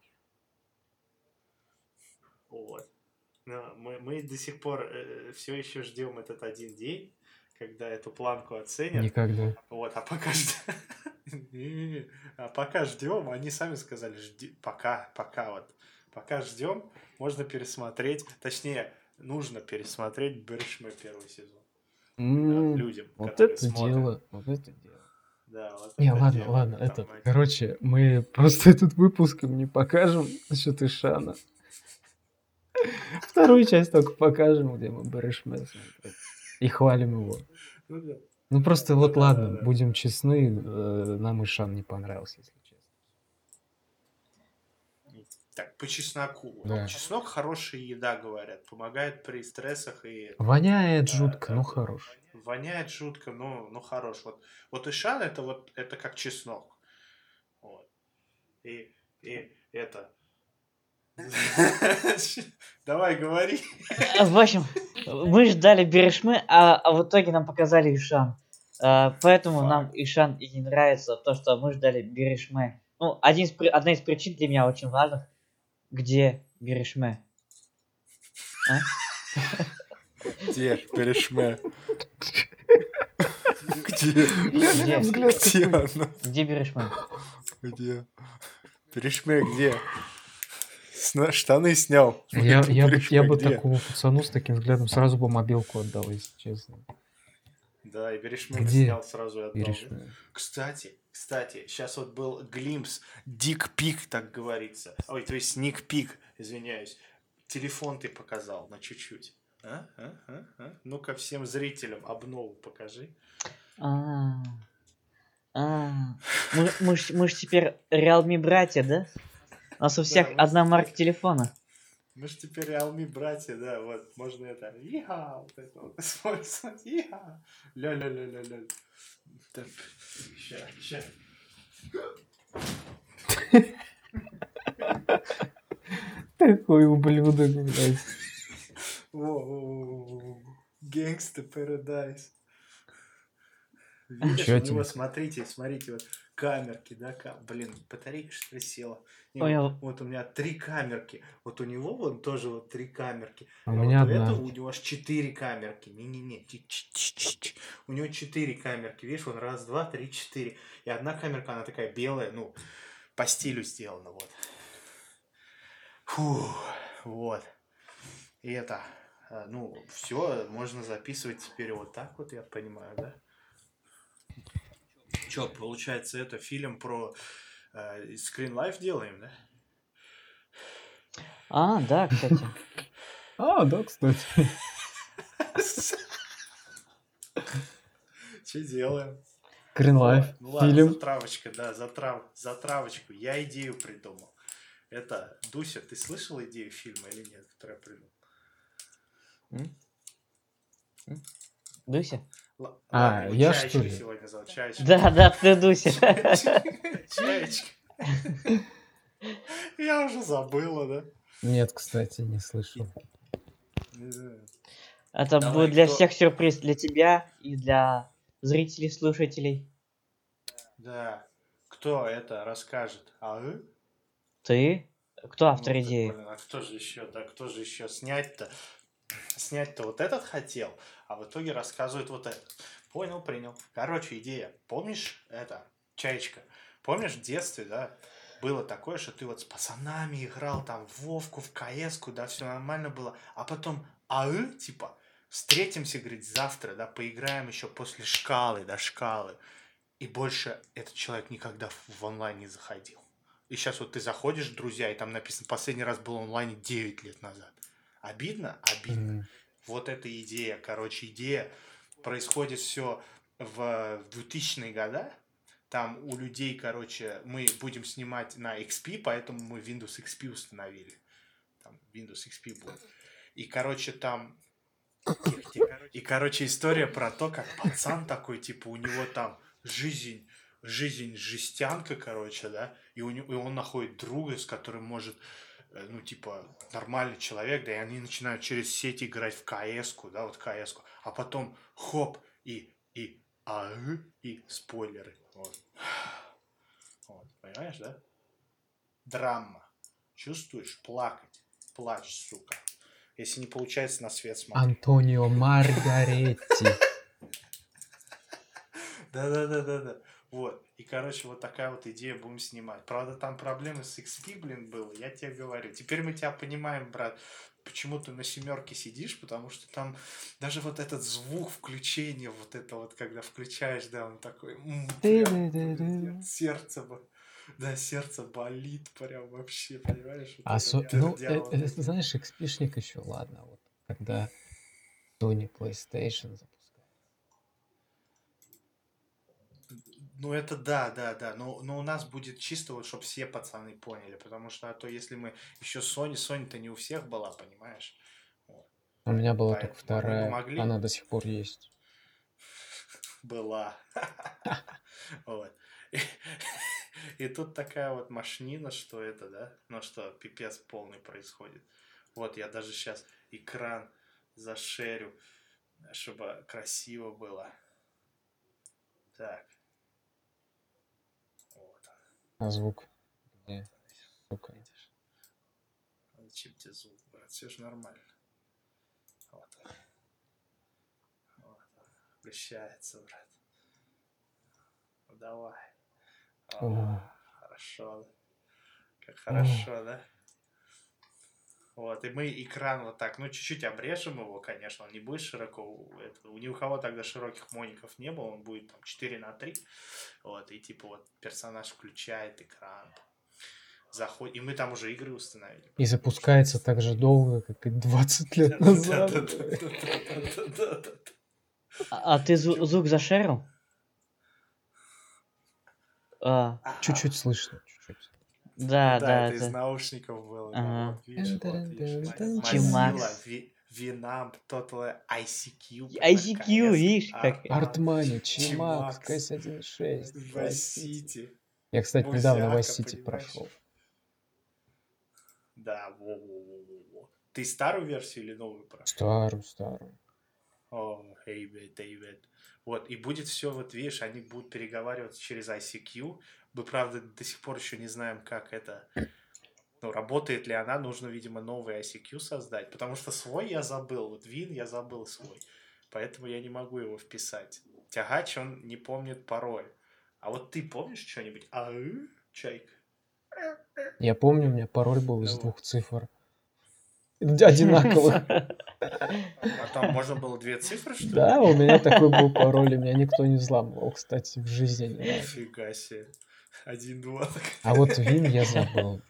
Вот. Но мы, мы до сих пор все еще ждем этот один день, когда эту планку оценят. Никогда. Вот, а пока ждем, Не-не-не. а пока ждем, они сами сказали, жди, пока, пока вот, пока ждем, можно пересмотреть, точнее, нужно пересмотреть Бершме первый сезон. Да, М, людям, Вот которые это смотрят. дело, вот это дело. Да, вот Не, это ладно, дело. ладно, Там это, эти- короче, мы просто этот выпуск им не покажем насчет Ишана. Вторую часть только покажем, где мы Берешме смотрим. И хвалим его. Ну да. Ну просто вот да, ладно, да, да. будем честны, э, нам Ишан не понравился, если честно. Так, по чесноку. Да. Чеснок хорошая еда, говорят, помогает при стрессах и Воняет Да, жутко, да, но да. хорош. воняет жутко, но, но хорош. Вот, вот Ишан это вот это как чеснок. Вот. И, и это. Давай говори. А, В общем, мы ждали Берешмы, а, а в итоге нам показали Ишан. А, поэтому Фак. нам Ишан и не нравится то, что мы ждали Берешме. Ну, один из, при- одна из причин для меня очень важных, где Берешме. А? Где Берешме? Где? Где? взгляд Где она? Где Берешме? Где? Берешме где? Сна- Штаны снял. Я, я, бы, Берешме я бы где? такому пацану с таким взглядом сразу бы мобилку отдал, если честно. Да, и Берешме Где снял сразу и отдал. Берешме? Кстати, кстати, сейчас вот был глимпс, дик-пик, так говорится. Ой, то есть ник-пик, извиняюсь. Телефон ты показал на чуть-чуть. А? А? А? А? Ну-ка всем зрителям обнову покажи. А, а. Мы, мы, ж, мы ж теперь Realme братья, да? У нас у всех мы одна теперь- марка телефона. Мы же теперь Realme братья, да, вот, можно это, иха, вот это вот использовать, иха, ля-ля-ля-ля-ля. Так, ща, ща. Такой ублюдок, блядь. Во-во-во-во-во. Gangsta Paradise. Видишь, Чё у него, тебе? смотрите, смотрите, вот камерки, да, ка- блин, батарейка что ли села? Не, Ой, вот, а- вот у меня три камерки, вот у него вот тоже вот три камерки, А а у вот меня у одна. этого у него аж четыре камерки, не-не-не, чи-чи-чи-чи. У него четыре камерки, видишь, он раз, два, три, четыре, и одна камерка, она такая белая, ну, по стилю сделана, вот. Фу, вот. И это, а, ну, все, можно записывать теперь вот так вот, я понимаю, да? Чё, получается, это фильм про э, Screen Life делаем, да? А, да, кстати. А, да, кстати. Че делаем? Greenlife. Вот. Ну ладно, Фильм. затравочка, да, затрав, затравочку. Я идею придумал. Это, Дуся, ты слышал идею фильма или нет, которую я придумал? М? М? Дуся? Л- А, ладно, его я, что Чаечка ли? сегодня зовут. Чаечка. Да, да, ты Дуся. Чаечка. Я уже забыла, да? Нет, кстати, не слышал. Не знаю. Это Давай, будет для кто- всех сюрприз, для тебя и для зрителей, слушателей. Да. Кто это расскажет? А вы? Ты? Кто автор Ну, так, идеи? блин, а кто же еще, да, кто же еще снять-то? Снять-то вот этот хотел, а в итоге рассказывает вот это. Понял, принял. Короче, идея. Помнишь это, Чаечка? Помнишь в детстве, да, было такое, что ты вот с пацанами играл там в Вовку, в КС-ку, да, все нормально было, а потом, а вы, типа, встретимся, говорит, завтра, да, поиграем еще после шкалы, да, шкалы. И больше этот человек никогда в, в онлайн не заходил. И сейчас вот ты заходишь, друзья, и там написано, последний раз был онлайн девять лет назад. Обидно? Обидно. Мгм. Вот эта идея, короче, идея. Происходит все в двухтысячные года. Там у людей, короче, мы будем снимать на икс пи, поэтому мы Windows икс пи установили. Там Windows икс пи будет. И, короче, там... Тихо, тихо. И, короче, история про то, как пацан такой, типа, у него там жизнь, жизнь жестянка, короче, да, и, у него, и он находит друга, с которым может, э, ну, типа, нормальный человек, да, и они начинают через сеть играть в КС-ку, да, вот КС-ку, а потом хоп, и, и, а, и спойлеры, вот. Вот, понимаешь, да? Драма. Чувствуешь? Плакать. Плачь, сука. Если не получается, на свет смотри. Антонио Маргаретти. Да-да-да-да-да. Вот. И, короче, вот такая вот идея будем снимать. Правда, там проблемы с икс пи, блин, было, я тебе говорю. Теперь мы тебя понимаем, брат, почему ты на семерке сидишь, потому что там даже вот этот звук включения, вот это вот, когда включаешь, да, он такой, м, прям, блин, сердце, бо- да, сердце болит прям вообще, понимаешь? Вот это Осо- Ну, э, пердяло э, такое. знаешь, экспишник еще, ладно, вот, когда Sony PlayStation запускает. Ну, это да, да, да. Но, но у нас будет чисто вот, чтобы все пацаны поняли. Потому что, а то если мы еще Sony, Sony-то не у всех была, понимаешь? Вот. У меня была только Поэтому мы бы вторая, могли. она до сих пор есть. Была. Вот. И, и тут такая вот машнина, что это, да? Ну что, пипец полный происходит. Вот я даже сейчас экран зашерю, чтобы красиво было. Так. Вот. А звук? Где? Сука. Видишь? А зачем тебе звук, брат? Все же нормально. Вот он. Вот он. Вращается, брат. Ну давай. О, О. хорошо. Как хорошо, да? Вот, и мы экран вот так, ну, чуть-чуть обрежем его, конечно, он не будет широко, это, у ни у кого тогда широких моников не было, он будет там четыре на три, вот, и типа вот персонаж включает экран, заходит, и мы там уже игры установили. И запускается так же долго, как и двадцать лет назад. Да-да-да-да-да-да-да-да. А, а ты зву- Чё? звук зашерил? А, Чуть-чуть слышно, чуть-чуть. да, Да, да, это из это... наушников было, да, Ага. вот, видишь, вот, видишь, Тын-тын-тын-тын. Mozilla, Чимакс. Ви- Winamp, Total ай си кью, ай си кью, видишь, как... Артмани, Чимакс, Чимакс, кэс один шесть, Vice Vice City. City, Я, кстати, недавно Vice Музяка, City понимаешь? прошел. Да, во-во-во-во-во. Ты старую версию или новую прошел? Старую, старую. О, Эйбет, Эйбет. Вот, и будет все, вот видишь, они будут переговариваться через ай си кью. Мы, правда, до сих пор еще не знаем, как это, ну, работает ли она. Нужно, видимо, новый ай си кью создать, потому что свой я забыл, вот Вин я забыл свой. Поэтому я не могу его вписать. Тягач, он не помнит пароль. А вот ты помнишь что-нибудь? А, Чайка? Я помню, у меня пароль был из Ну вот. двух цифр. одинаковых. А там можно было две цифры, что ли? Да, у меня такой был пароль, и меня никто не взламывал, кстати, в жизни ни разу. Нифига себе. Один-два. А вот Вин я забыл.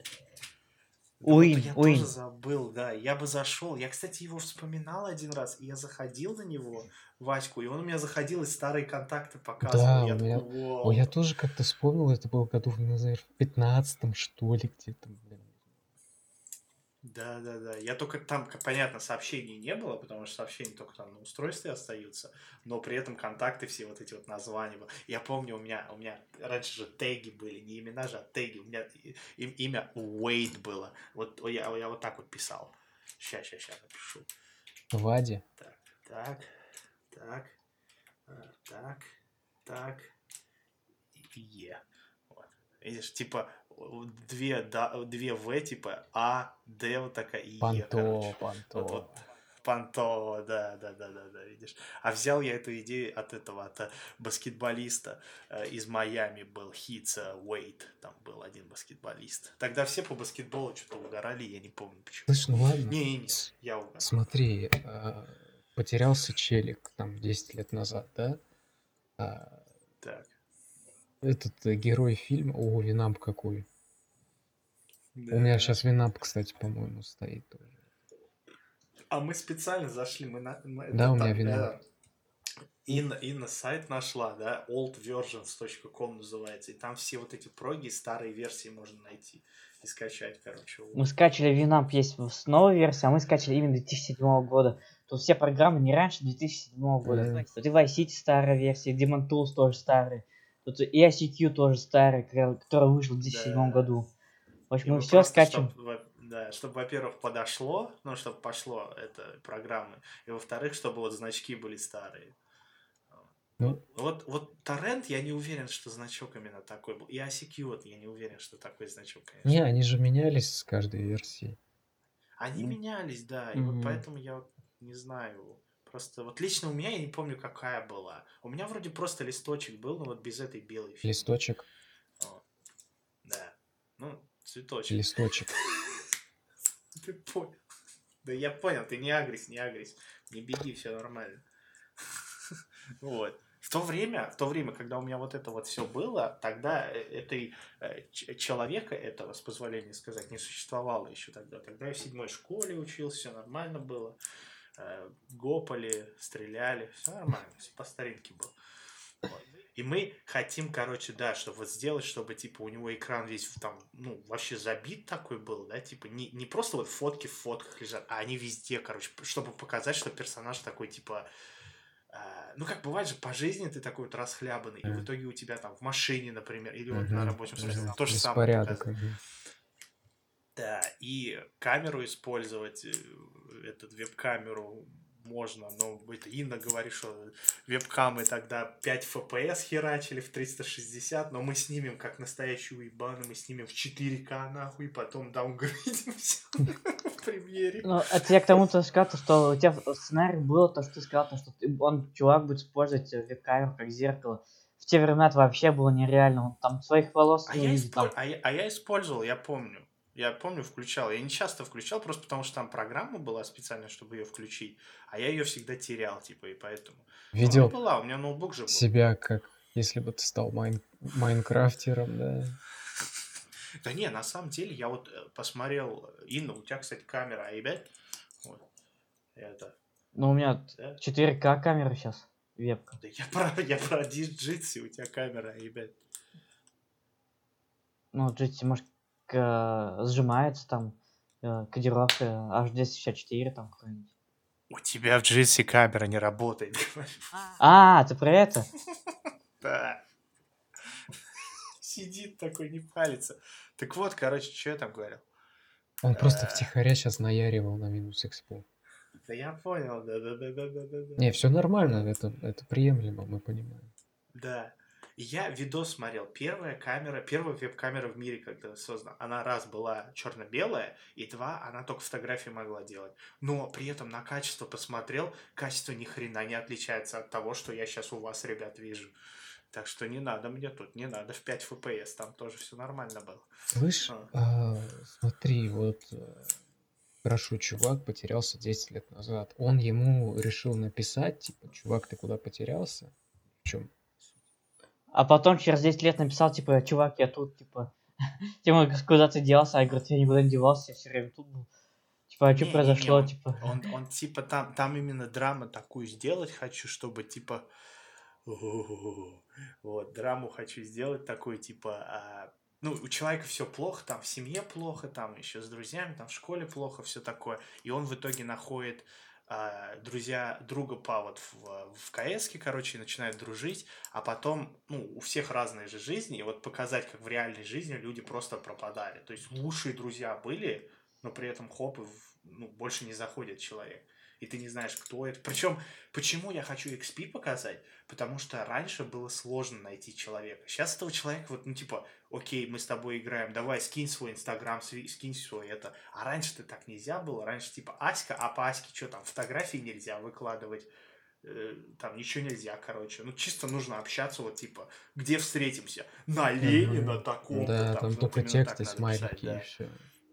Да вот Уин, я Уин. тоже забыл, да. Я бы зашел. Я, кстати, его вспоминал один раз, и я заходил на него, Ваську, и он у меня заходил и старые контакты показывал. Да, я у меня... такой, вау. Ой, я тоже как-то вспомнил, это было году, наверное, в пятнадцатом, что ли, где-то, блин. Да, да, да. Я только там, как понятно, сообщений не было, потому что сообщения только там на устройстве остаются, но при этом контакты все вот эти вот названия. были. Я помню, у меня, у меня раньше же теги были, не имена же, а теги. У меня и- им- имя Уэйд было. Вот я, я вот так вот писал. Сейчас, сейчас, сейчас напишу. Вади. Так, так, так, а, так, так, и Е. Вот. Видишь, типа у- две, да, две В, типа А, Д, вот такая и Е, Панто, короче. Панто. Вот, вот. Панто, да, да, да, да, да, видишь. А взял я эту идею от этого, от э, баскетболиста э, из Майами был, Хитса Уэйт, там был один баскетболист. Тогда все по баскетболу что-то угорали, я не помню почему. Слышь, ну ладно. Не-не-не, С- я угорал. Смотри, а, потерялся челик там десять лет назад, да? А, Так. этот э, герой фильма, о, Винамп какой. У меня Да. сейчас Винамп, кстати, по-моему, стоит тоже. А мы специально зашли, мы на... мы- Да, это у меня там, Винамп. э, Инна, Инна сайт нашла, да, old versions точка com называется, и там все вот эти проги, старые версии можно найти и скачать, короче. Мы скачали Winamp есть в- с новой версии, а мы скачали именно две тысячи седьмого года. Тут все программы не раньше две тысячи седьмого года. Мгм. Тут и Vice City старая версия, Demon Tools тоже старый. Тут и ай си кью тоже старый, ка- который вышел в две тысячи седьмом Да. году. В общем, И мы мы все просто, скачем. чтоб, во- да, чтобы, во-первых, подошло, ну, чтобы пошло это программы, и, во-вторых, чтобы вот значки были старые. Ну, Вот, вот торрент, я не уверен, что значок именно такой был. И ай си кью, вот, я не уверен, что такой значок, конечно. не, они же менялись с каждой версией. Они М. менялись, да, и вот Мгм. поэтому я вот не знаю. Просто вот лично у меня я не помню, какая была. У меня вроде просто листочек был, но вот без этой белой фигни. Листочек, Вот. Да. Ну, цветочек. листочек. Ты понял. Да я понял, ты не агрись, не агрись. Не беги, все нормально. Вот. В то время, в то время, когда у меня вот это вот все было, тогда э, этой э, ч- человека этого, с позволения сказать, не существовало еще тогда. Тогда я в седьмой школе учился, все нормально было. Э, Гопали, стреляли, все нормально, все по старинке было. Вот. И мы хотим, короче, да, чтобы вот сделать, чтобы, типа, у него экран весь в там, ну, вообще забит такой был, да, типа, не, не просто вот фотки в фотках лежат, а они везде, короче, чтобы показать, что персонаж такой, типа, а, ну, как бывает же, по жизни ты такой вот расхлябанный, и в Мгм. итоге у тебя там в машине, например, или вот на Мгм. рабочем месте, Мгм. то же самое Беспорядок. показывает. Мгм. Да, и камеру использовать, э, эту веб-камеру можно, но это Инна говорит, что веб-камы тогда пять эф пи эс херачили в триста шестьдесят, но мы снимем как настоящие уебаны, мы снимем в четыре ка нахуй, и потом даунгрейдим все в премьере. Ну, это я к тому то сказал, то, что у тебя в сценарии было то, что ты сказал, то, что ты- он, чувак, будет использовать э, веб-камеру как зеркало. В те времена это вообще было нереально. Он там своих волос А не я, увидит. исполь- Там. а, я, а я использовал, я помню. Я помню, включал. Я не часто включал, просто потому что там программа была специальная, чтобы ее включить. А я ее всегда терял, типа, и поэтому. Ну, она Видел была, у меня ноутбук же был. себя, как если бы ты стал майн- майнкрафтером, да. Да не, на самом деле, я вот э, посмотрел, Инна, у тебя, кстати, камера ай пять. Вот. Это, Ну, у меня да? четыре ка камера сейчас, вебка. Да я про, я про Диджитси, у тебя камера ай пять. Ну, джити, может, к- сжимается там, э, кодировка эйч двести шестьдесят четыре там какой-нибудь. У тебя в Джитси камера не работает. А, ты про это? Да. Сидит такой, не палится. Так вот, короче, что я там говорил? Он просто Э, втихаря сейчас наяривал на минус экспо. Да я понял, да-да-да-да-да-да. Не, все нормально, это, это приемлемо, мы понимаем. Да. И я видос смотрел. Первая камера, первая веб-камера в мире, когда создана, она раз была черно-белая, и два, она только фотографии могла делать. Но при этом на качество посмотрел, качество ни хрена не отличается от того, что я сейчас у вас, ребят, вижу. Так что не надо мне тут, не надо в пять эф пи эс, там тоже все нормально было. Слышь, А. а, смотри, вот э, Хорошо, чувак потерялся десять лет назад. Он ему решил написать, типа, чувак, ты куда потерялся? В чем? А потом через десять лет написал, типа, чувак, я тут, типа, типа, куда ты делся? Я говорю, я никуда не девался, я все время тут был. Типа, а что Не-не-не, произошло, он, типа? он, он типа там, там именно драму такую сделать хочу, чтобы типа «О-о-о-о». Вот, драму хочу сделать такую, типа, а, ну, у человека все плохо, там в семье плохо, там еще с друзьями, там в школе плохо, все такое. И он в итоге находит а, друзья друга по вот в, в КСке, короче, и начинает дружить, а потом, ну, у всех разные же жизни, и вот показать, как в реальной жизни люди просто пропадали. То есть лучшие друзья были, но при этом хоп, и в- ну, больше не заходит человек. И ты не знаешь, кто это. Причем, почему я хочу икс пи показать? Потому что раньше было сложно найти человека. Сейчас этого человека, вот, ну, типа, окей, мы с тобой играем, давай, скинь свой инстаграм, сви- скинь свой это. А раньше-то так нельзя было. Раньше, типа, Аська, а по Аське что там, фотографии нельзя выкладывать, э, там ничего нельзя, короче. Ну, чисто нужно общаться, вот, типа, где встретимся? На Ленина Ага. таком-то. Да, там, там вот только именно текст так и надо смайлики писать, и да. все.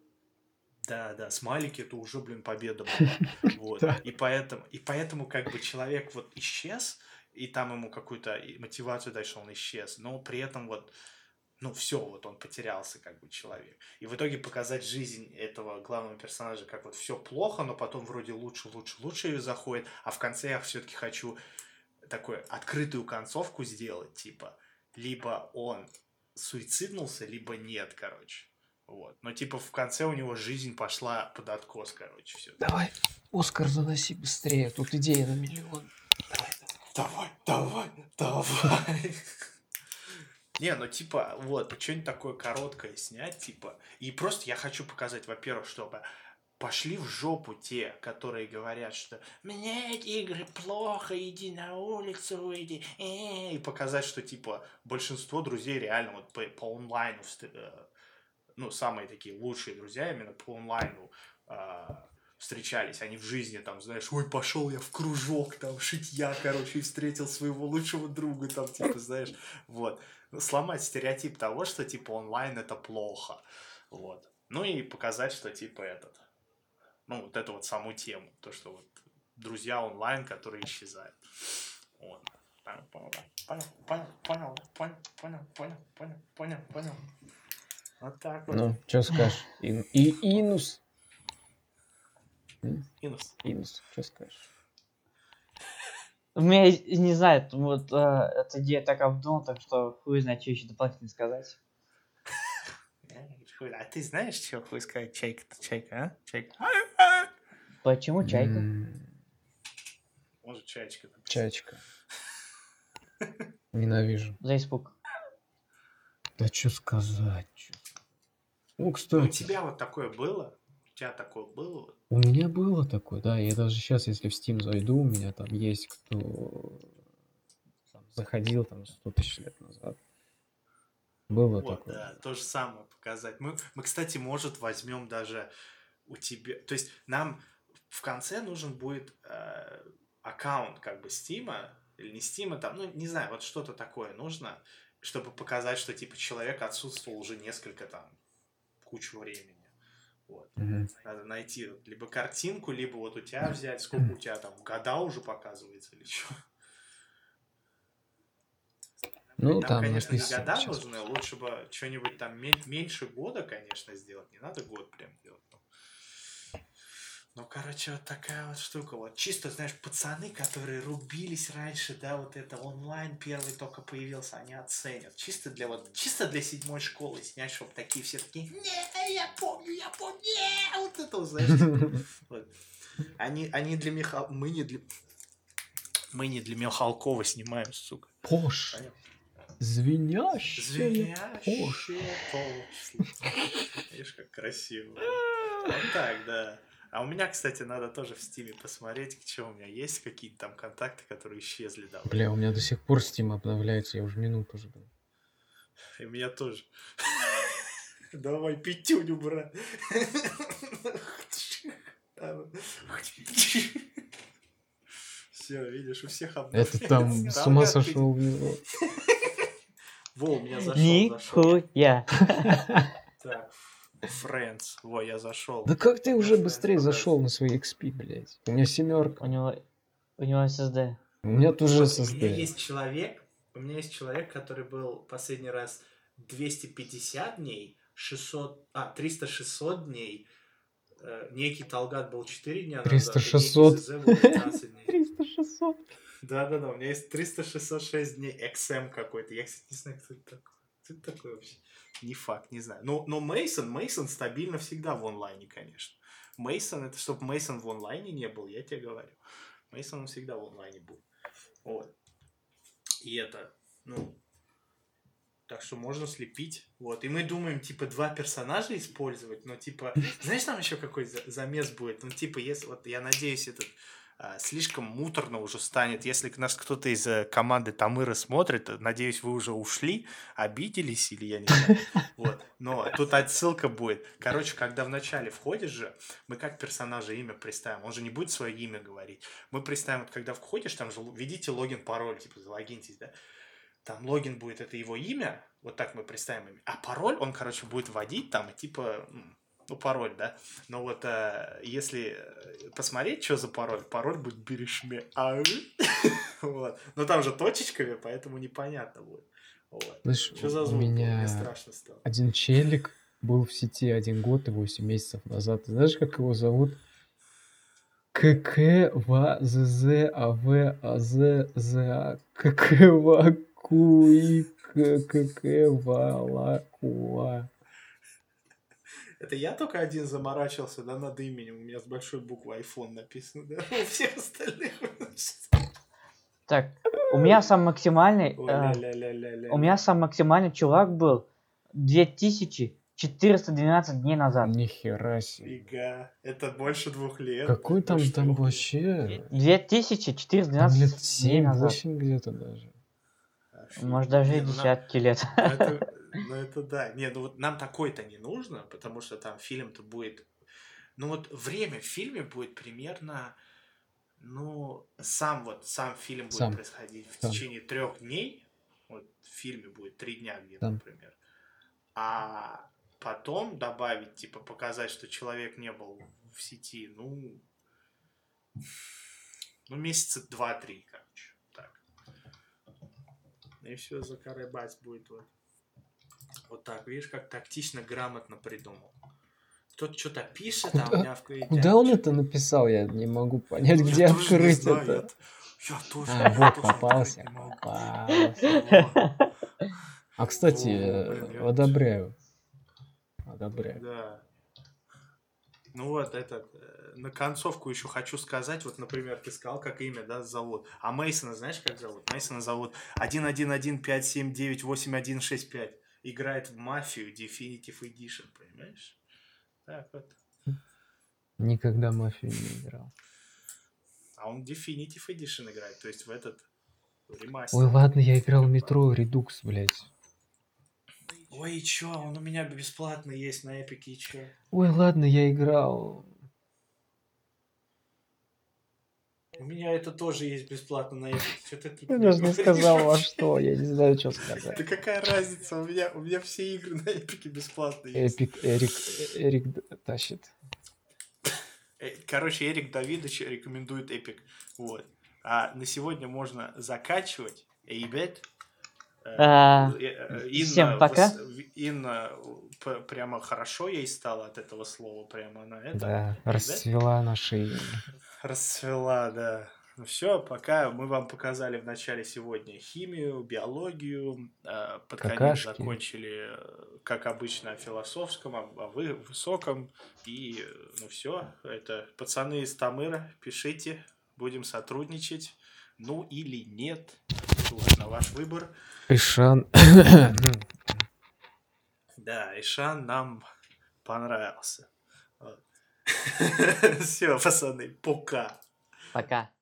Да, да, смайлики это уже, блин, победа была. Вот. Да. И поэтому, и поэтому как бы человек вот исчез, и там ему какую-то и мотивацию дальше он исчез, но при этом вот, ну все, вот он потерялся как бы человек. И в итоге показать жизнь этого главного персонажа, как вот все плохо, но потом вроде лучше, лучше, лучше ее заходит, а в конце я все-таки хочу такую открытую концовку сделать, типа, либо он суициднулся, либо нет, короче. Вот. Но типа в конце у него жизнь пошла под откос, короче, все. Давай, Оскар, заноси быстрее, тут идея на миллион. Давай, давай, давай. Не, ну типа, вот, что-нибудь такое короткое снять, типа. И просто я хочу показать, во-первых, чтобы пошли в жопу те, которые говорят, что мне эти игры плохо, иди на улицу, иди. э». И показать, что типа большинство друзей реально вот по, по онлайну, вст- э, ну, самые такие лучшие друзья именно по онлайну э, встречались. Они в жизни там, знаешь, ой, пошел я в кружок, там, шитья, короче, и встретил своего лучшего друга, там, типа, знаешь, вот. Ну, сломать стереотип того, что, типа, онлайн это плохо, вот. Ну и показать, что, типа, этот, ну, вот эту вот саму тему, то, что вот друзья онлайн, которые исчезают. Вот. Понял, понял, понял, понял, понял, понял, понял, понял, понял, понял, понял. Вот так вот. Ну, что скажешь? Ин- и Инус. М? Инус. Инус, что скажешь? У меня, и- не знаю, вот э, эта идея так обдумана, так что хуй знает, что еще дополнительно сказать. Хуй, а ты знаешь, что хуй сказать? Чайка, чайка, а? Чайка. Почему чайка? М, Может, чаечка. написать. Чаечка. Ненавижу. За испуг. Да что сказать? чё? Ну, Ну, у кстати, тебя вот такое было? У тебя такое было? вот? у меня было такое, да, я даже сейчас, если в Steam зайду, у меня там есть кто там заходил там сто тысяч лет назад. Было Вот, такое. да, то же самое показать. Мы, мы, кстати, может, возьмем даже у тебя... То есть нам в конце нужен будет э, аккаунт как бы Стима, или не Стима, там, ну, не знаю, вот что-то такое нужно, чтобы показать, что, типа, человек отсутствовал уже несколько там, кучу времени. Вот. Мгм. Надо найти вот либо картинку, либо вот у тебя взять, сколько у тебя там, года уже показывается или что. Ну, Нам, там конечно, не написано года сейчас. нужны, лучше бы что-нибудь там мен- меньше года, конечно, сделать. Не надо год прям делать. Ну, ну, короче, вот такая вот штука. Вот чисто, знаешь, пацаны, которые рубились раньше, да, вот это онлайн первый только появился, они оценят. Чисто для вот, чисто для седьмой школы снять, чтобы такие все такие, не, я помню, я помню, не, вот это, вот, знаешь, такое. Вот. Они, они для Михал... Мы не для... Мы не для Михалкова снимаем, сука. Пош. Понятно? Звенящая пош. Звенящие пошло. Видишь, как красиво. Вот так, да. А у меня, кстати, надо тоже в Стиме посмотреть, что у меня есть, какие-то там контакты, которые исчезли давно. Бля, у меня до сих пор Steam обновляется, я уже минуту жду. И меня тоже. Давай пятюню, брат. Все, видишь, у всех обновляется. Это там с ума сошел его. Во, у меня зашел, зашел. Нихуя. Так, Friends. Во, я зашел. Да как ты уже Friends быстрее показывает. зашел на свои икс пи, блядь? У меня семерка. У него... У него эс эс ди. У меня тоже Вот, эс у эс меня ди. есть человек, у меня есть человек, который был последний раз двести пятьдесят дней, шестьсот, а, триста-шестьсот дней. Э, некий Талгат был четыре дня назад, и некий триста-шестьсот. ЗЗ был пятнадцать дней. триста-шестьсот. Да-да-да, у меня есть триста-шестьсот шесть дней икс эм какой-то. Я, кстати, не знаю, кто это такой. Кто это такой вообще? Не факт, не знаю. Но, но Мейсон, Мейсон стабильно всегда в онлайне, конечно. Мейсон, это чтобы Мейсон в онлайне не был, я тебе говорю. Мейсон он всегда в онлайне был. Вот. И это, ну, так что можно слепить. Вот. И мы думаем, типа, два персонажа использовать, но, типа, знаешь, там еще какой за- замес будет? Ну, типа, если, вот, я надеюсь, этот а, слишком муторно уже станет. Если нас кто-то из э, команды Тамыры смотрит, э, надеюсь, вы уже ушли, обиделись или я не знаю. Вот. Но тут отсылка будет. Короче, когда вначале входишь же, мы как персонажа имя представим. Он же не будет свое имя говорить. Мы представим, вот когда входишь, там же введите логин, пароль, типа, залогиньтесь, да? Там логин будет, это его имя, вот так мы представим имя. А пароль он, короче, будет вводить там, и типа, ну, пароль, да. Но вот э, если посмотреть, что за пароль, пароль будет Берешме. Вот. Но там же точечками, поэтому непонятно будет. Вот. Знаешь, Что за у звук был? Мне меня страшно стало. один челик был в сети один год и восемь месяцев назад. Ты знаешь, как его зовут? КК ВАЗЗ АВ АЗ ЗА КК ВАКУИ КК ВАЛАКУА. Это я только один заморачивался, да, над именем. У меня с большой буквы iPhone написано, да. У всех остальных... Так, у меня сам максимальный... Ой, э, ля-ля-ля-ля-ля. у меня сам максимальный чувак был две тысячи четыреста двенадцать дней назад. Нихера себе. Фига. Это больше двух лет. Какой там Больше там двух лет. вообще? две тысячи четыреста Там лет двенадцать дней назад. семь-восемь где-то даже. Офигеть. Может, даже Не, и ну, нам- десятки лет. Ну это, ну это да. Не, ну вот нам такой-то не нужно, потому что там фильм-то будет... Ну вот время в фильме будет примерно... Ну, сам вот, сам фильм будет Сам. происходить в Сам. течение трех дней. Вот в фильме будет три дня где-то, Сам. например. А потом добавить, типа, показать, что человек не был в сети, ну... Ну, месяца два-три, короче. Так. И все, закаребать будет вот. Вот так, видишь, как тактично, грамотно придумал. Кто-то что-то пишет, а у Куда- меня в клетке- Куда он это написал? Я не могу понять, Ну, где я тоже не открыть знаю, это. Я, т- я тоже, А, я вот, тоже попался, открыть не могу. попался. Во, А, кстати, О, э, блин, я- одобряю. Одобряю. Да. Ну вот этот, э, на концовку еще хочу сказать, вот, например, ты сказал, как имя, да, зовут. А Мейсона знаешь, как зовут? Мейсона зовут один один один пять семь девять восемь один шесть пять. Играет в Мафию Definitive Edition, понимаешь? Так вот. Никогда мафию не играл. А он Definitive Edition играет, то есть в этот ремастер. Ой, ладно, я играл в метро Редукс, блядь. Ой, и чё, он у меня бесплатно есть на Эпике, и чё? Ой, ладно, я играл. У меня это тоже есть бесплатно на Эпике. Чё ты тут Я мне даже не говоришь сказал, во вообще? что. Я не знаю, что Да сказать. какая разница, у меня, у меня все игры на Эпике бесплатно есть. Эпик Эрик, Эрик д- тащит. Э, Короче, Эрик Давидович рекомендует Эпик. Вот. А на сегодня можно заканчивать. Ребят, э, А, э, э, Инна всем пока. вос- Инна п- прямо хорошо ей стало от этого слова. Прямо она это Да, ребят, расцвела наша имя. расцвела, да. Ну все, пока мы вам показали в начале сегодня химию, биологию, э, под конец Какашки. закончили, э, как обычно, о философском, о, о вы- высоком. И, э, ну все, это пацаны из Тамыра, пишите, будем сотрудничать. Ну или нет, вот, на ваш выбор. Ишан. Да, Ишан нам понравился. Все, пацаны, пока. Пока.